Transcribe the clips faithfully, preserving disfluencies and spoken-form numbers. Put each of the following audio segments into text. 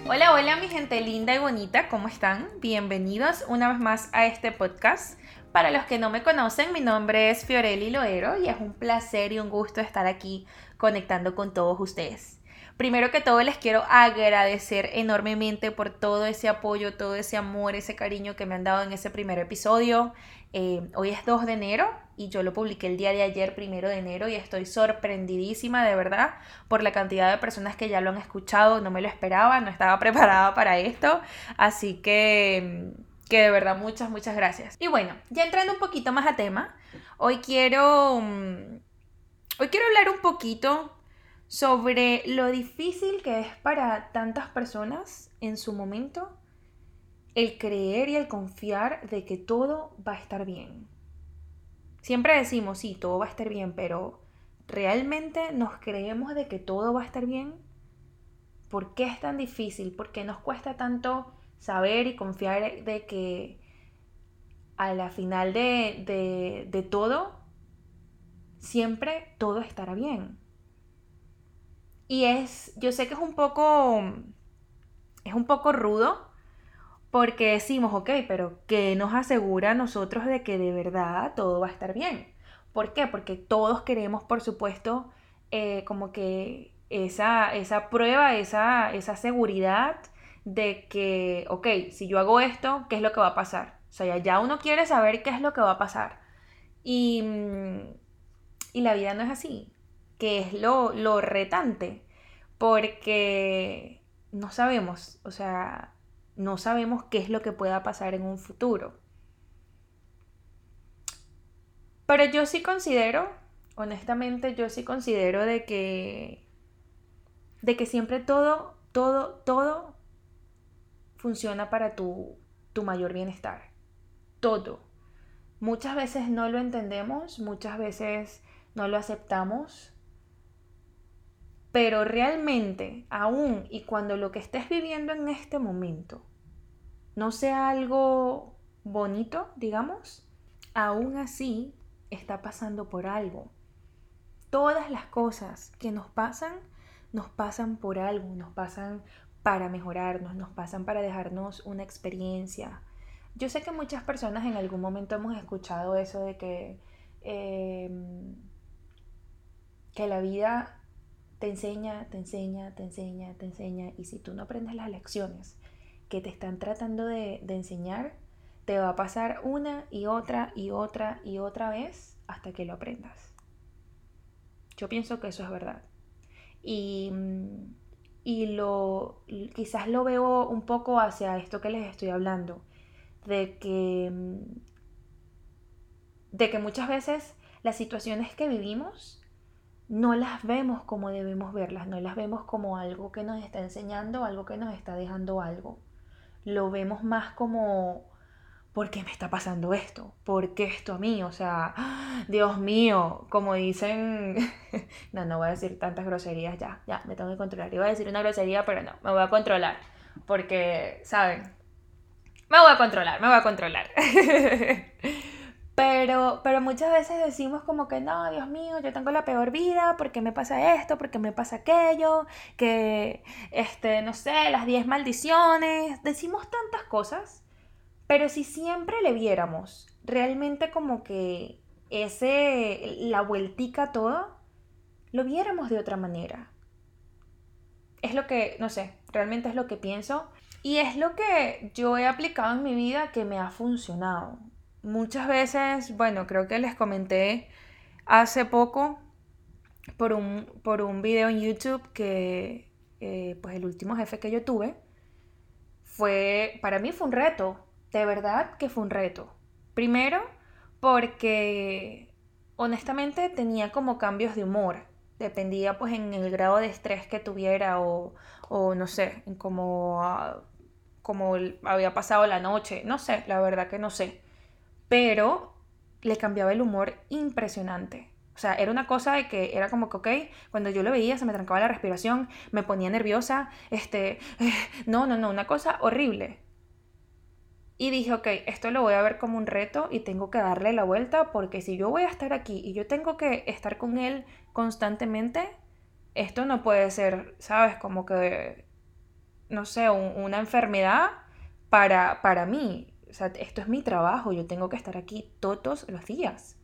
Hola, hola mi gente linda y bonita, ¿cómo están? Bienvenidos una vez más a este podcast. Para los que no me conocen, mi nombre es Fiorelli Loero y es un placer y un gusto estar aquí conectando con todos ustedes. Primero que todo les quiero agradecer enormemente por todo ese apoyo, todo ese amor, ese cariño que me han dado en ese primer episodio. Eh, hoy es dos de enero y yo lo publiqué el día de ayer, primero de enero, y estoy sorprendidísima de verdad por la cantidad de personas que ya lo han escuchado. No me lo esperaba, no estaba preparada para esto, así que, que de verdad muchas, muchas gracias. Y bueno, ya entrando un poquito más a tema, hoy quiero, mm, hoy quiero hablar un poquito sobre lo difícil que es para tantas personas en su momento el creer y el confiar de que todo va a estar bien. Siempre decimos, sí, todo va a estar bien, pero ¿realmente nos creemos de que todo va a estar bien? ¿Por qué es tan difícil? ¿Por qué nos cuesta tanto saber y confiar de que a la final de, de, de todo, siempre todo estará bien? Y es, yo sé que es un poco, es un poco rudo porque decimos, ok, pero ¿qué nos asegura a nosotros de que de verdad todo va a estar bien? ¿Por qué? Porque todos queremos, por supuesto, eh, como que esa, esa prueba, esa, esa seguridad de que, ok, si yo hago esto, ¿qué es lo que va a pasar? O sea, ya uno quiere saber qué es lo que va a pasar. Y, y la vida no es así, que es lo, lo retante, porque no sabemos, o sea, no sabemos qué es lo que pueda pasar en un futuro. Pero yo sí considero, honestamente, yo sí considero de que, de que siempre todo, todo, todo funciona para tu, tu mayor bienestar. Todo. Muchas veces no lo entendemos, muchas veces no lo aceptamos, pero realmente, aún y cuando lo que estés viviendo en este momento no sea algo bonito, digamos, aún así está pasando por algo. Todas las cosas que nos pasan, nos pasan por algo, nos pasan para mejorarnos, nos pasan para dejarnos una experiencia. Yo sé que muchas personas en algún momento hemos escuchado eso de que, eh, que la vida te enseña, te enseña, te enseña, te enseña, y si tú no aprendes las lecciones que te están tratando de, de enseñar, te va a pasar una y otra y otra y otra vez hasta que lo aprendas. Yo pienso que eso es verdad. Y, y lo, quizás lo veo un poco hacia esto que les estoy hablando, de que, de que muchas veces las situaciones que vivimos no las vemos como debemos verlas, no las vemos como algo que nos está enseñando, algo que nos está dejando algo. Lo vemos más como, ¿por qué me está pasando esto? ¿Por qué esto a mí? O sea, Dios mío, como dicen, no, no voy a decir tantas groserías ya, ya, me tengo que controlar. Iba a decir una grosería, pero no, me voy a controlar, porque, ¿saben? Me voy a controlar, me voy a controlar. Pero, pero muchas veces decimos como que no, Dios mío, yo tengo la peor vida, ¿por qué me pasa esto? ¿Por qué me pasa aquello? Que, este, no sé, las diez maldiciones. Decimos tantas cosas, pero si siempre le viéramos realmente como que ese, la vueltica a todo, lo viéramos de otra manera. Es lo que, no sé, realmente es lo que pienso. Y es lo que yo he aplicado en mi vida que me ha funcionado. Muchas veces, bueno, creo que les comenté hace poco por un, por un video en YouTube que, eh, pues el último jefe que yo tuve, fue, para mí fue un reto, de verdad que fue un reto. Primero, porque honestamente tenía como cambios de humor, dependía pues en el grado de estrés que tuviera o, o no sé, en cómo, uh, cómo había pasado la noche, no sé, la verdad que no sé, pero le cambiaba el humor impresionante. O sea, era una cosa de que era como que, ok, cuando yo lo veía se me trancaba la respiración, me ponía nerviosa, este, eh, no, no, no, una cosa horrible. Y dije, ok, esto lo voy a ver como un reto y tengo que darle la vuelta porque si yo voy a estar aquí y yo tengo que estar con él constantemente, esto no puede ser, ¿sabes? Como que no sé, un- una enfermedad para, para mí. O sea, esto es mi trabajo, yo tengo que estar aquí todos los días.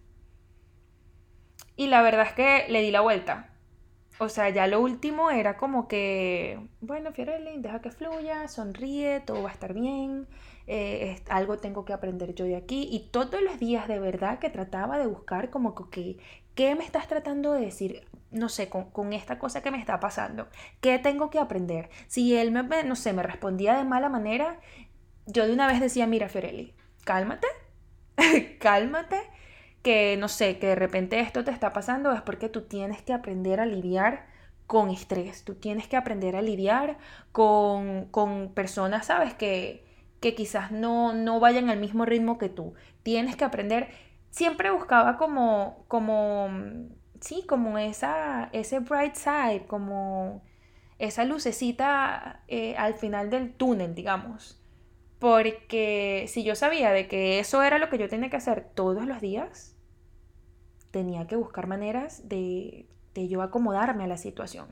Y la verdad es que le di la vuelta. O sea, ya lo último era como que, bueno, Fiorelli, deja que fluya, sonríe, todo va a estar bien, eh, es- algo tengo que aprender yo de aquí. Y todos los días de verdad que trataba de buscar como que, ¿qué me estás tratando de decir? No sé, con, con esta cosa que me está pasando. ¿Qué tengo que aprender? Si él me, me- no sé, me respondía de mala manera, yo de una vez decía, mira, Fiorelli, cálmate, cálmate, que no sé, que de repente esto te está pasando es porque tú tienes que aprender a lidiar con estrés, tú tienes que aprender a lidiar con, con personas, ¿sabes? Que, que quizás no, no vayan al mismo ritmo que tú. Tienes que aprender, siempre buscaba como, como, sí, como esa, ese bright side, como esa lucecita eh, al final del túnel, digamos. Porque si yo sabía de que eso era lo que yo tenía que hacer todos los días, tenía que buscar maneras de, de yo acomodarme a la situación.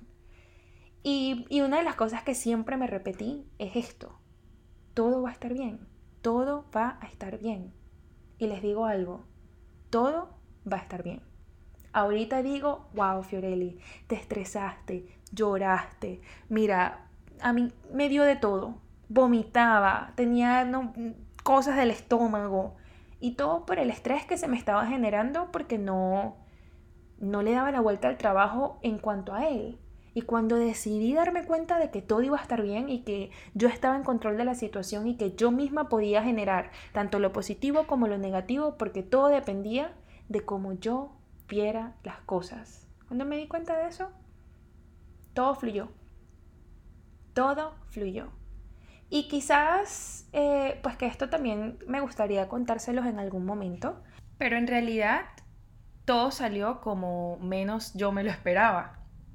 Y, y una de las cosas que siempre me repetí es esto, todo va a estar bien, todo va a estar bien. Y les digo algo, todo va a estar bien. Ahorita digo, wow, Fiorelli, te estresaste, lloraste. Mira, a mí me dio de todo. Vomitaba, tenía no, cosas del estómago. Y todo por el estrés que se me estaba generando porque no, no le daba la vuelta al trabajo en cuanto a él. Y cuando decidí darme cuenta de que todo iba a estar bien y que yo estaba en control de la situación y que yo misma podía generar tanto lo positivo como lo negativo porque todo dependía de cómo yo viera las cosas. Cuando me di cuenta de eso, todo fluyó. Todo fluyó. Y quizás, eh, pues que esto también me gustaría contárselos en algún momento, pero en realidad todo salió como menos yo me lo esperaba.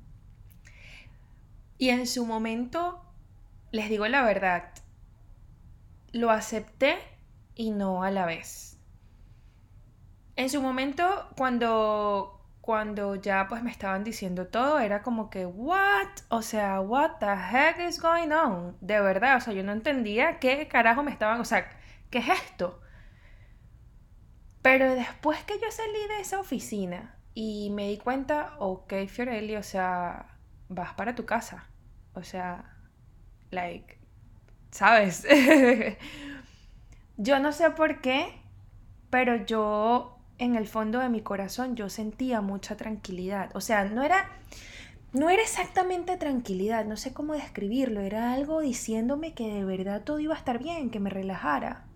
Y en su momento, les digo la verdad, lo acepté y no a la vez. En su momento, cuando, cuando ya pues me estaban diciendo todo, era como que, what? O sea, what the heck is going on? De verdad, o sea, yo no entendía qué carajo me estaban, o sea, ¿qué es esto? Pero después que yo salí de esa oficina y me di cuenta, ok, Fiorelli, o sea, vas para tu casa. O sea, like, ¿sabes? Yo no sé por qué, pero yo en el fondo de mi corazón yo sentía mucha tranquilidad. O sea, no era, no era exactamente tranquilidad, no sé cómo describirlo, era algo diciéndome que de verdad todo iba a estar bien, que me relajara.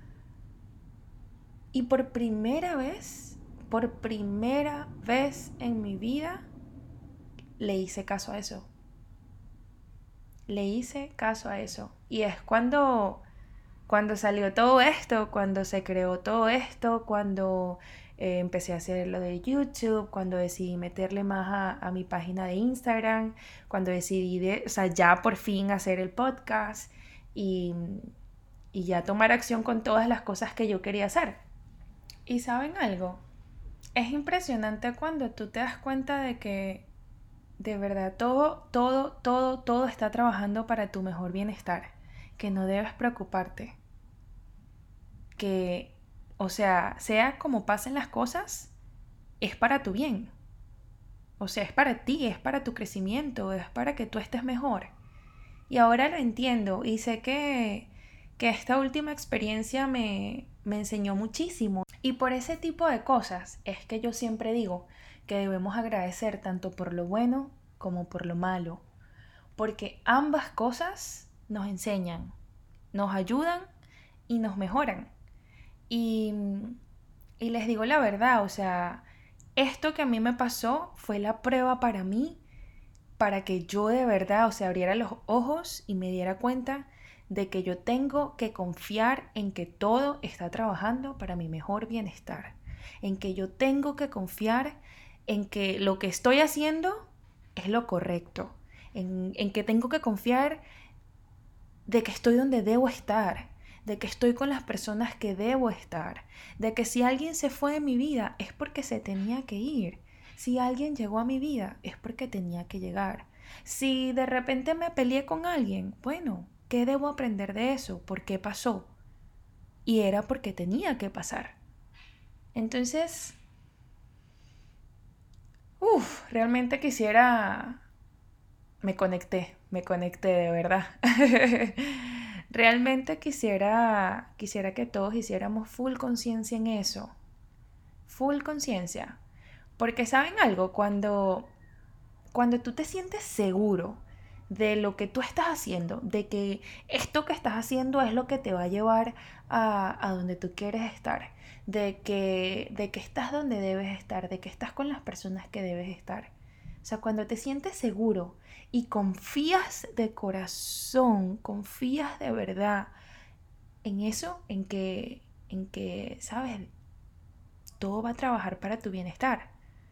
Y por primera vez, por primera vez en mi vida, le hice caso a eso. Le hice caso a eso. Y es cuando, cuando salió todo esto, cuando se creó todo esto, cuando eh, empecé a hacer lo de YouTube, cuando decidí meterle más a, a mi página de Instagram, cuando decidí, de, o sea, ya por fin hacer el podcast y, y ya tomar acción con todas las cosas que yo quería hacer. ¿Y saben algo? Es impresionante cuando tú te das cuenta de que de verdad todo, todo, todo, todo está trabajando para tu mejor bienestar, que no debes preocuparte, que, o sea, sea como pasen las cosas, es para tu bien. O sea, es para ti, es para tu crecimiento, es para que tú estés mejor. Y ahora lo entiendo y sé que, que esta última experiencia me, me enseñó muchísimo. Y por ese tipo de cosas es que yo siempre digo que debemos agradecer tanto por lo bueno como por lo malo. Porque ambas cosas nos enseñan, nos ayudan y nos mejoran. Y, y les digo la verdad, o sea, esto que a mí me pasó fue la prueba para mí, para que yo de verdad, o sea, abriera los ojos y me diera cuenta de que yo tengo que confiar en que todo está trabajando para mi mejor bienestar, en que yo tengo que confiar en que lo que estoy haciendo es lo correcto, en, en que tengo que confiar de que estoy donde debo estar, de que estoy con las personas que debo estar, de que si alguien se fue de mi vida es porque se tenía que ir, si alguien llegó a mi vida es porque tenía que llegar. Si de repente me peleé con alguien, bueno, ¿qué debo aprender de eso? ¿Por qué pasó? Y era porque tenía que pasar. Entonces, uff, realmente quisiera... Me conecté, me conecté de verdad. Realmente quisiera, quisiera que todos hiciéramos full conciencia en eso. Full conciencia. Porque ¿saben algo? Cuando, cuando tú te sientes seguro de lo que tú estás haciendo, de que esto que estás haciendo es lo que te va a llevar a, a donde tú quieres estar, de que, de que estás donde debes estar, de que estás con las personas que debes estar. O sea, cuando te sientes seguro y confías de corazón, confías de verdad en eso, en que, en que, sabes, todo va a trabajar para tu bienestar.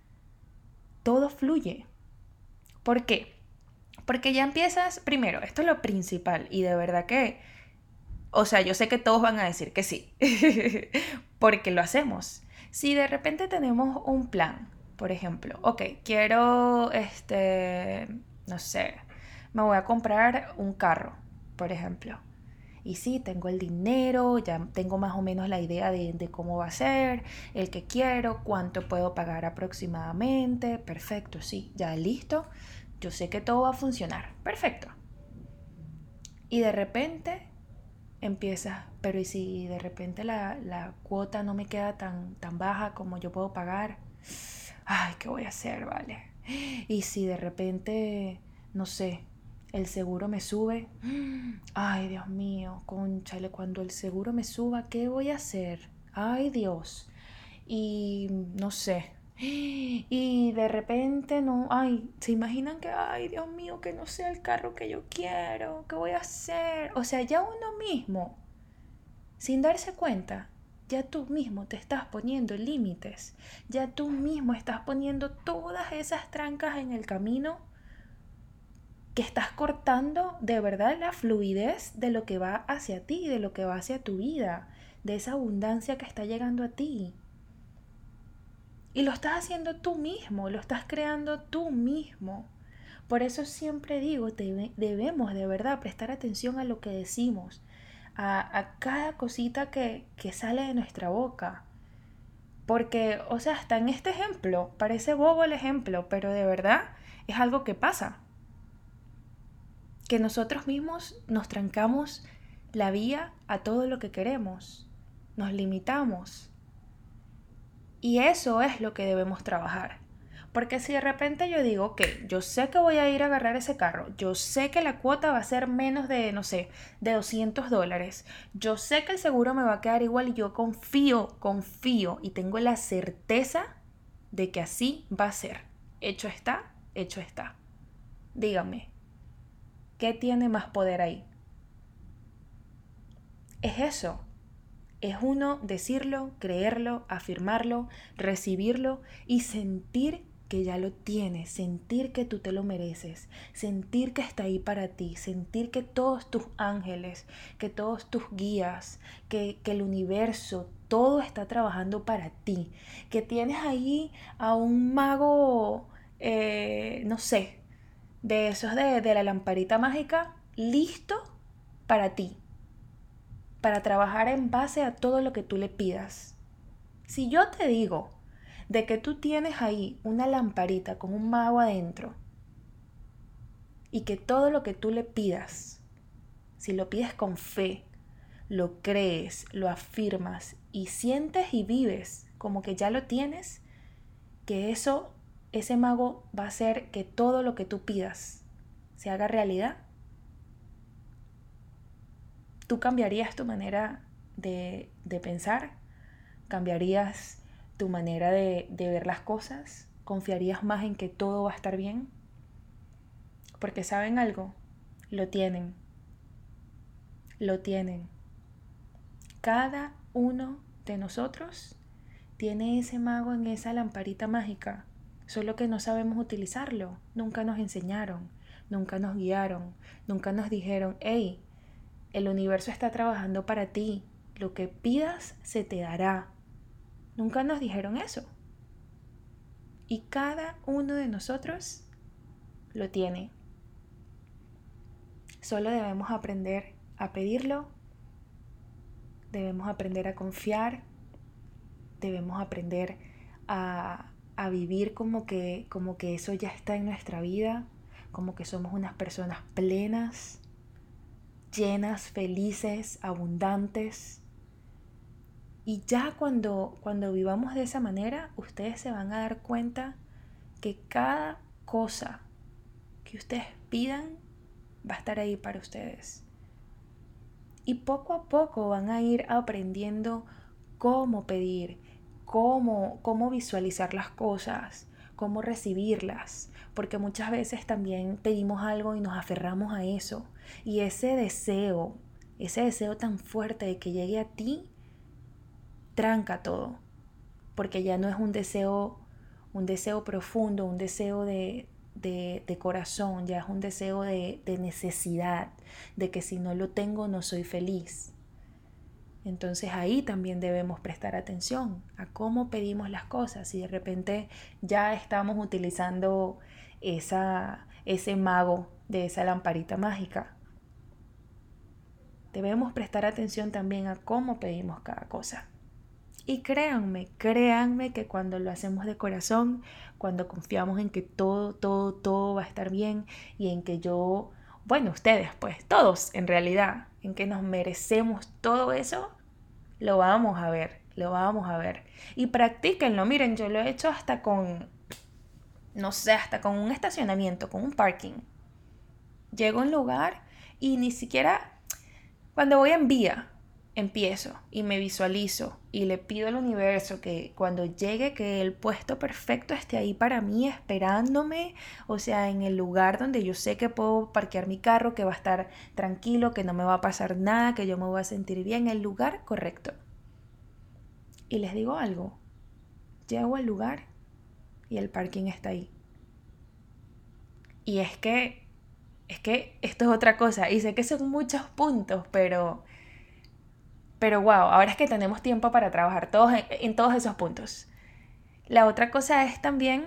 Todo fluye. ¿Por qué? Porque ya empiezas, primero, esto es lo principal y de verdad que, o sea, yo sé que todos van a decir que sí, porque lo hacemos. Si de repente tenemos un plan, por ejemplo, ok, quiero, este, no sé, me voy a comprar un carro, por ejemplo. Y sí, tengo el dinero, ya tengo más o menos la idea de, de cómo va a ser, el que quiero, cuánto puedo pagar aproximadamente. Perfecto, sí, ya listo. Yo sé que todo va a funcionar. Perfecto. Y de repente empiezas, pero ¿y si de repente la, la cuota no me queda tan, tan baja como yo puedo pagar? Ay, ¿qué voy a hacer, vale? Y si de repente, no sé, el seguro me sube. Ay, Dios mío, cónchale, cuando el seguro me suba, ¿qué voy a hacer? Ay, Dios. Y no sé. Y de repente no, ay, ¿se imaginan que, ay, Dios mío, que no sea el carro que yo quiero? ¿Qué voy a hacer? O sea, ya uno mismo, sin darse cuenta, ya tú mismo te estás poniendo límites, ya tú mismo estás poniendo todas esas trancas en el camino que estás cortando de verdad la fluidez de lo que va hacia ti, de lo que va hacia tu vida, de esa abundancia que está llegando a ti. Y lo estás haciendo tú mismo, lo estás creando tú mismo. Por eso siempre digo, debemos de verdad prestar atención a lo que decimos, a, a cada cosita que, que sale de nuestra boca. Porque, o sea, hasta en este ejemplo, parece bobo el ejemplo, pero de verdad es algo que pasa. Que nosotros mismos nos trancamos la vía a todo lo que queremos, nos limitamos. Y eso es lo que debemos trabajar. Porque si de repente yo digo, ok, yo sé que voy a ir a agarrar ese carro, yo sé que la cuota va a ser menos de, no sé, de doscientos dólares, yo sé que el seguro me va a quedar igual y yo confío, confío y tengo la certeza de que así va a ser. Hecho está, hecho está. Dígame, ¿qué tiene más poder ahí? Es eso. Es uno decirlo, creerlo, afirmarlo, recibirlo y sentir que ya lo tienes, sentir que tú te lo mereces, sentir que está ahí para ti, sentir que todos tus ángeles, que todos tus guías, que, que el universo, todo está trabajando para ti, que tienes ahí a un mago, eh, no sé, de esos de, de la lamparita mágica, listo para ti, para trabajar en base a todo lo que tú le pidas. Si yo te digo de que tú tienes ahí una lamparita con un mago adentro y que todo lo que tú le pidas, si lo pides con fe, lo crees, lo afirmas y sientes y vives como que ya lo tienes, que eso, ese mago va a hacer que todo lo que tú pidas se haga realidad. ¿Tú cambiarías tu manera de, de pensar? ¿Cambiarías tu manera de, de ver las cosas? ¿Confiarías más en que todo va a estar bien? Porque ¿saben algo? Lo tienen. Lo tienen. Cada uno de nosotros tiene ese mago en esa lamparita mágica. Solo que no sabemos utilizarlo. Nunca nos enseñaron. Nunca nos guiaron. Nunca nos dijeron, hey, el universo está trabajando para ti. Lo que pidas se te dará. Nunca nos dijeron eso. Y cada uno de nosotros lo tiene. Solo debemos aprender a pedirlo, debemos aprender a confiar, debemos aprender a, a vivir como que, como que eso ya está en nuestra vida, como que somos unas personas plenas, llenas, felices, abundantes. Y ya cuando, cuando vivamos de esa manera, ustedes se van a dar cuenta que cada cosa que ustedes pidan va a estar ahí para ustedes. Y poco a poco van a ir aprendiendo cómo pedir, cómo, cómo visualizar las cosas, cómo recibirlas. Porque muchas veces también pedimos algo y nos aferramos a eso. Y ese deseo, ese deseo tan fuerte de que llegue a ti, tranca todo. Porque ya no es un deseo, un deseo profundo, un deseo de, de, de corazón, ya es un deseo de, de necesidad, de que si no lo tengo no soy feliz. Entonces ahí también debemos prestar atención a cómo pedimos las cosas. Si de repente ya estamos utilizando esa, ese mago de esa lamparita mágica, debemos prestar atención también a cómo pedimos cada cosa. Y créanme, créanme que cuando lo hacemos de corazón, cuando confiamos en que todo, todo, todo va a estar bien y en que yo, bueno, ustedes pues, todos en realidad, en que nos merecemos todo eso, lo vamos a ver, lo vamos a ver. Y practíquenlo, miren, yo lo he hecho hasta con, no sé, hasta con un estacionamiento, con un parking. Llego a un lugar y ni siquiera, cuando voy en vía, empiezo y me visualizo y le pido al universo que cuando llegue que el puesto perfecto esté ahí para mí esperándome, o sea, en el lugar donde yo sé que puedo parquear mi carro, que va a estar tranquilo, que no me va a pasar nada, que yo me voy a sentir bien, el lugar correcto. Y les digo algo, llego al lugar y el parking está ahí. Y es que, es que esto es otra cosa y sé que son muchos puntos, pero... Pero wow, ahora es que tenemos tiempo para trabajar todos en, en todos esos puntos. La otra cosa es también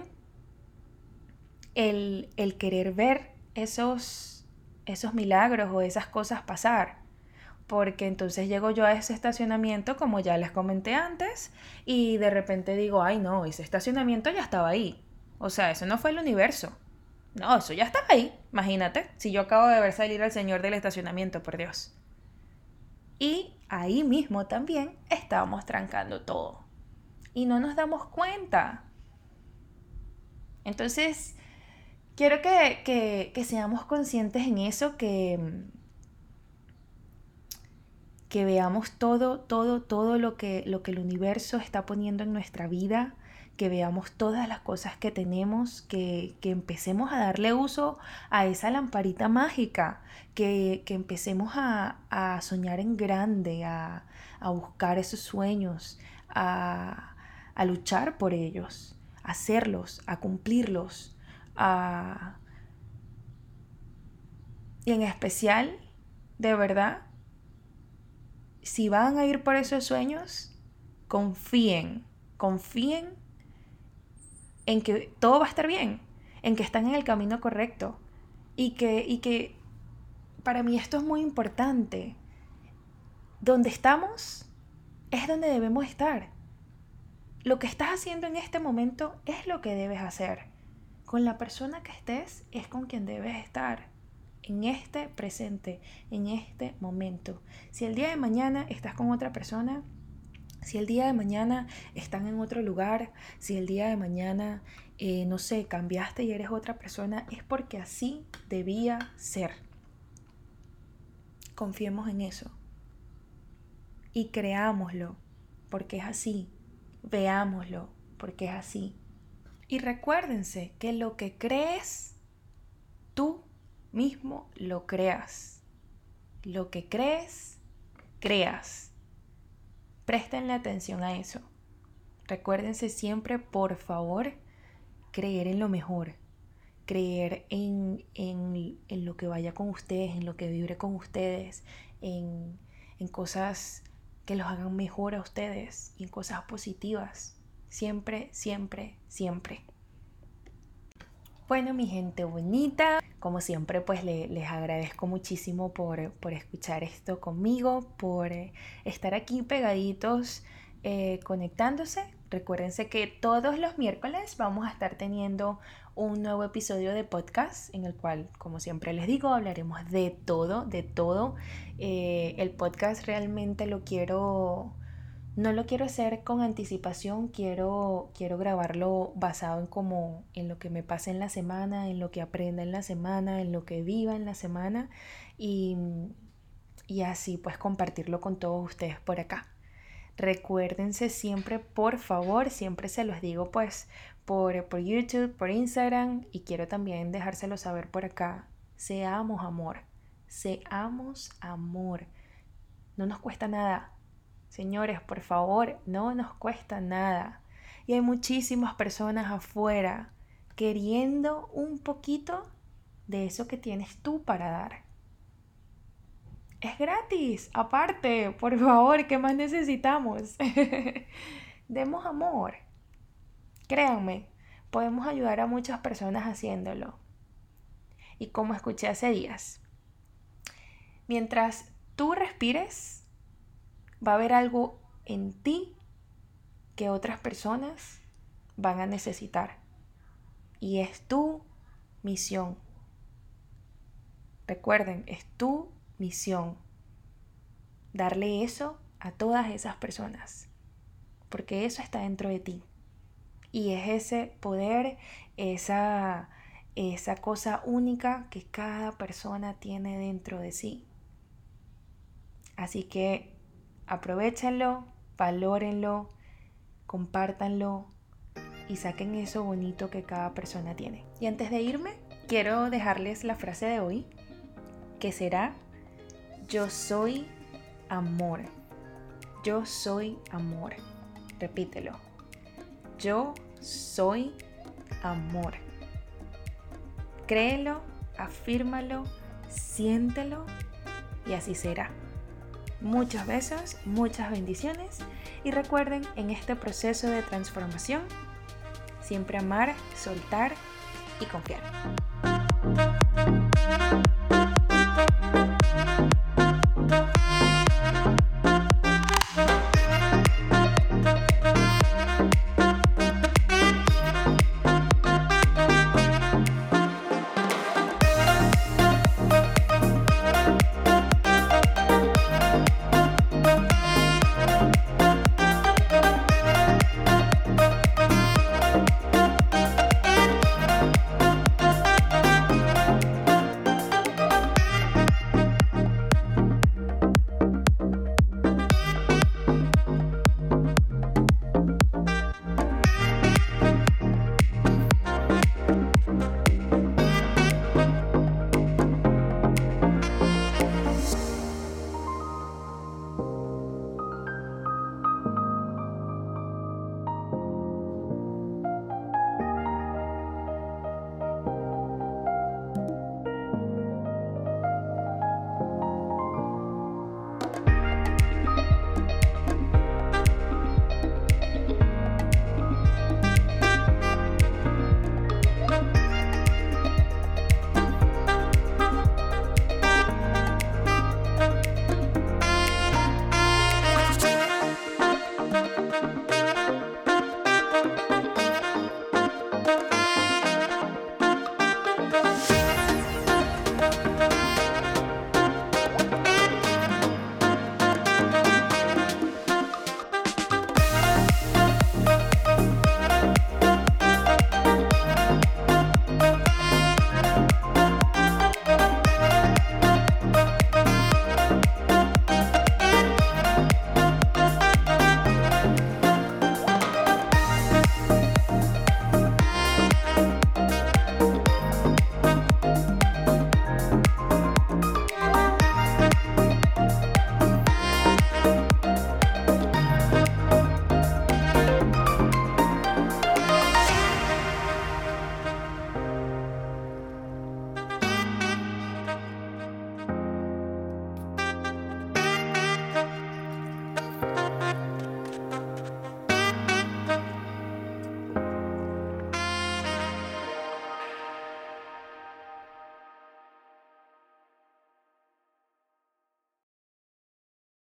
el, el querer ver esos, esos milagros o esas cosas pasar. Porque entonces llego yo a ese estacionamiento, como ya les comenté antes, y de repente digo, ay no, ese estacionamiento ya estaba ahí. O sea, eso no fue el universo. No, eso ya estaba ahí. Imagínate, si yo acabo de ver salir al señor del estacionamiento, por Dios. Y ahí mismo también estábamos trancando todo. Y no nos damos cuenta. Entonces, quiero que, que, que seamos conscientes en eso, que, que veamos todo, todo, todo lo que, lo que el universo está poniendo en nuestra vida, que veamos todas las cosas que tenemos, que, que empecemos a darle uso a esa lamparita mágica, que, que empecemos a, a soñar en grande, a, a buscar esos sueños, a, a luchar por ellos, a hacerlos, a cumplirlos, a... y en especial, de verdad, si van a ir por esos sueños, confíen, confíen en que todo va a estar bien, en que están en el camino correcto y que, y que para mí esto es muy importante. Donde estamos es donde debemos estar. Lo que estás haciendo en este momento es lo que debes hacer. Con la persona que estés es con quien debes estar. En este presente, en este momento. Si el día de mañana estás con otra persona, si el día de mañana están en otro lugar, si el día de mañana, eh, no sé, cambiaste y eres otra persona, es porque así debía ser. Confiemos en eso y creámoslo, porque es así. Veámoslo, porque es así. Y recuérdense que lo que crees, tú mismo lo creas. Lo que crees, creas. Préstenle atención a eso. Recuérdense siempre, por favor, creer en lo mejor. Creer en, en, en lo que vaya con ustedes, en lo que vibre con ustedes, en, en cosas que los hagan mejor a ustedes y en cosas positivas. Siempre, siempre, siempre. Bueno, mi gente bonita, como siempre, pues le- les agradezco muchísimo por, por escuchar esto conmigo, por eh, estar aquí pegaditos, eh, conectándose. Recuérdense que todos los miércoles vamos a estar teniendo un nuevo episodio de podcast en el cual, como siempre les digo, hablaremos de todo, de todo. Eh, el podcast realmente lo quiero... No lo quiero hacer con anticipación, quiero, quiero grabarlo basado en como en lo que me pasa en la semana, en lo que aprenda en la semana, en lo que viva en la semana y, y así pues compartirlo con todos ustedes por acá. Recuérdense siempre, por favor, siempre se los digo pues por, por YouTube, por Instagram y quiero también dejárselo saber por acá. Seamos amor, seamos amor. No nos cuesta nada. Señores, por favor, no nos cuesta nada. Y hay muchísimas personas afuera queriendo un poquito de eso que tienes tú para dar. Es gratis, aparte, por favor, ¿qué más necesitamos? Demos amor. Créanme, podemos ayudar a muchas personas haciéndolo. Y como escuché hace días, mientras tú respires, va a haber algo en ti que otras personas van a necesitar. Y es tu misión. Recuerden, es tu misión darle eso a todas esas personas. Porque eso está dentro de ti. Y es ese poder, esa, esa cosa única que cada persona tiene dentro de sí. Así que aprovéchenlo, valórenlo, compártanlo y saquen eso bonito que cada persona tiene. Y antes de irme, quiero dejarles la frase de hoy, que será: yo soy amor. Yo soy amor. Repítelo. Yo soy amor. Créelo, afírmalo, siéntelo y así será. Muchos besos, muchas bendiciones y recuerden, en este proceso de transformación, siempre amar, soltar y confiar.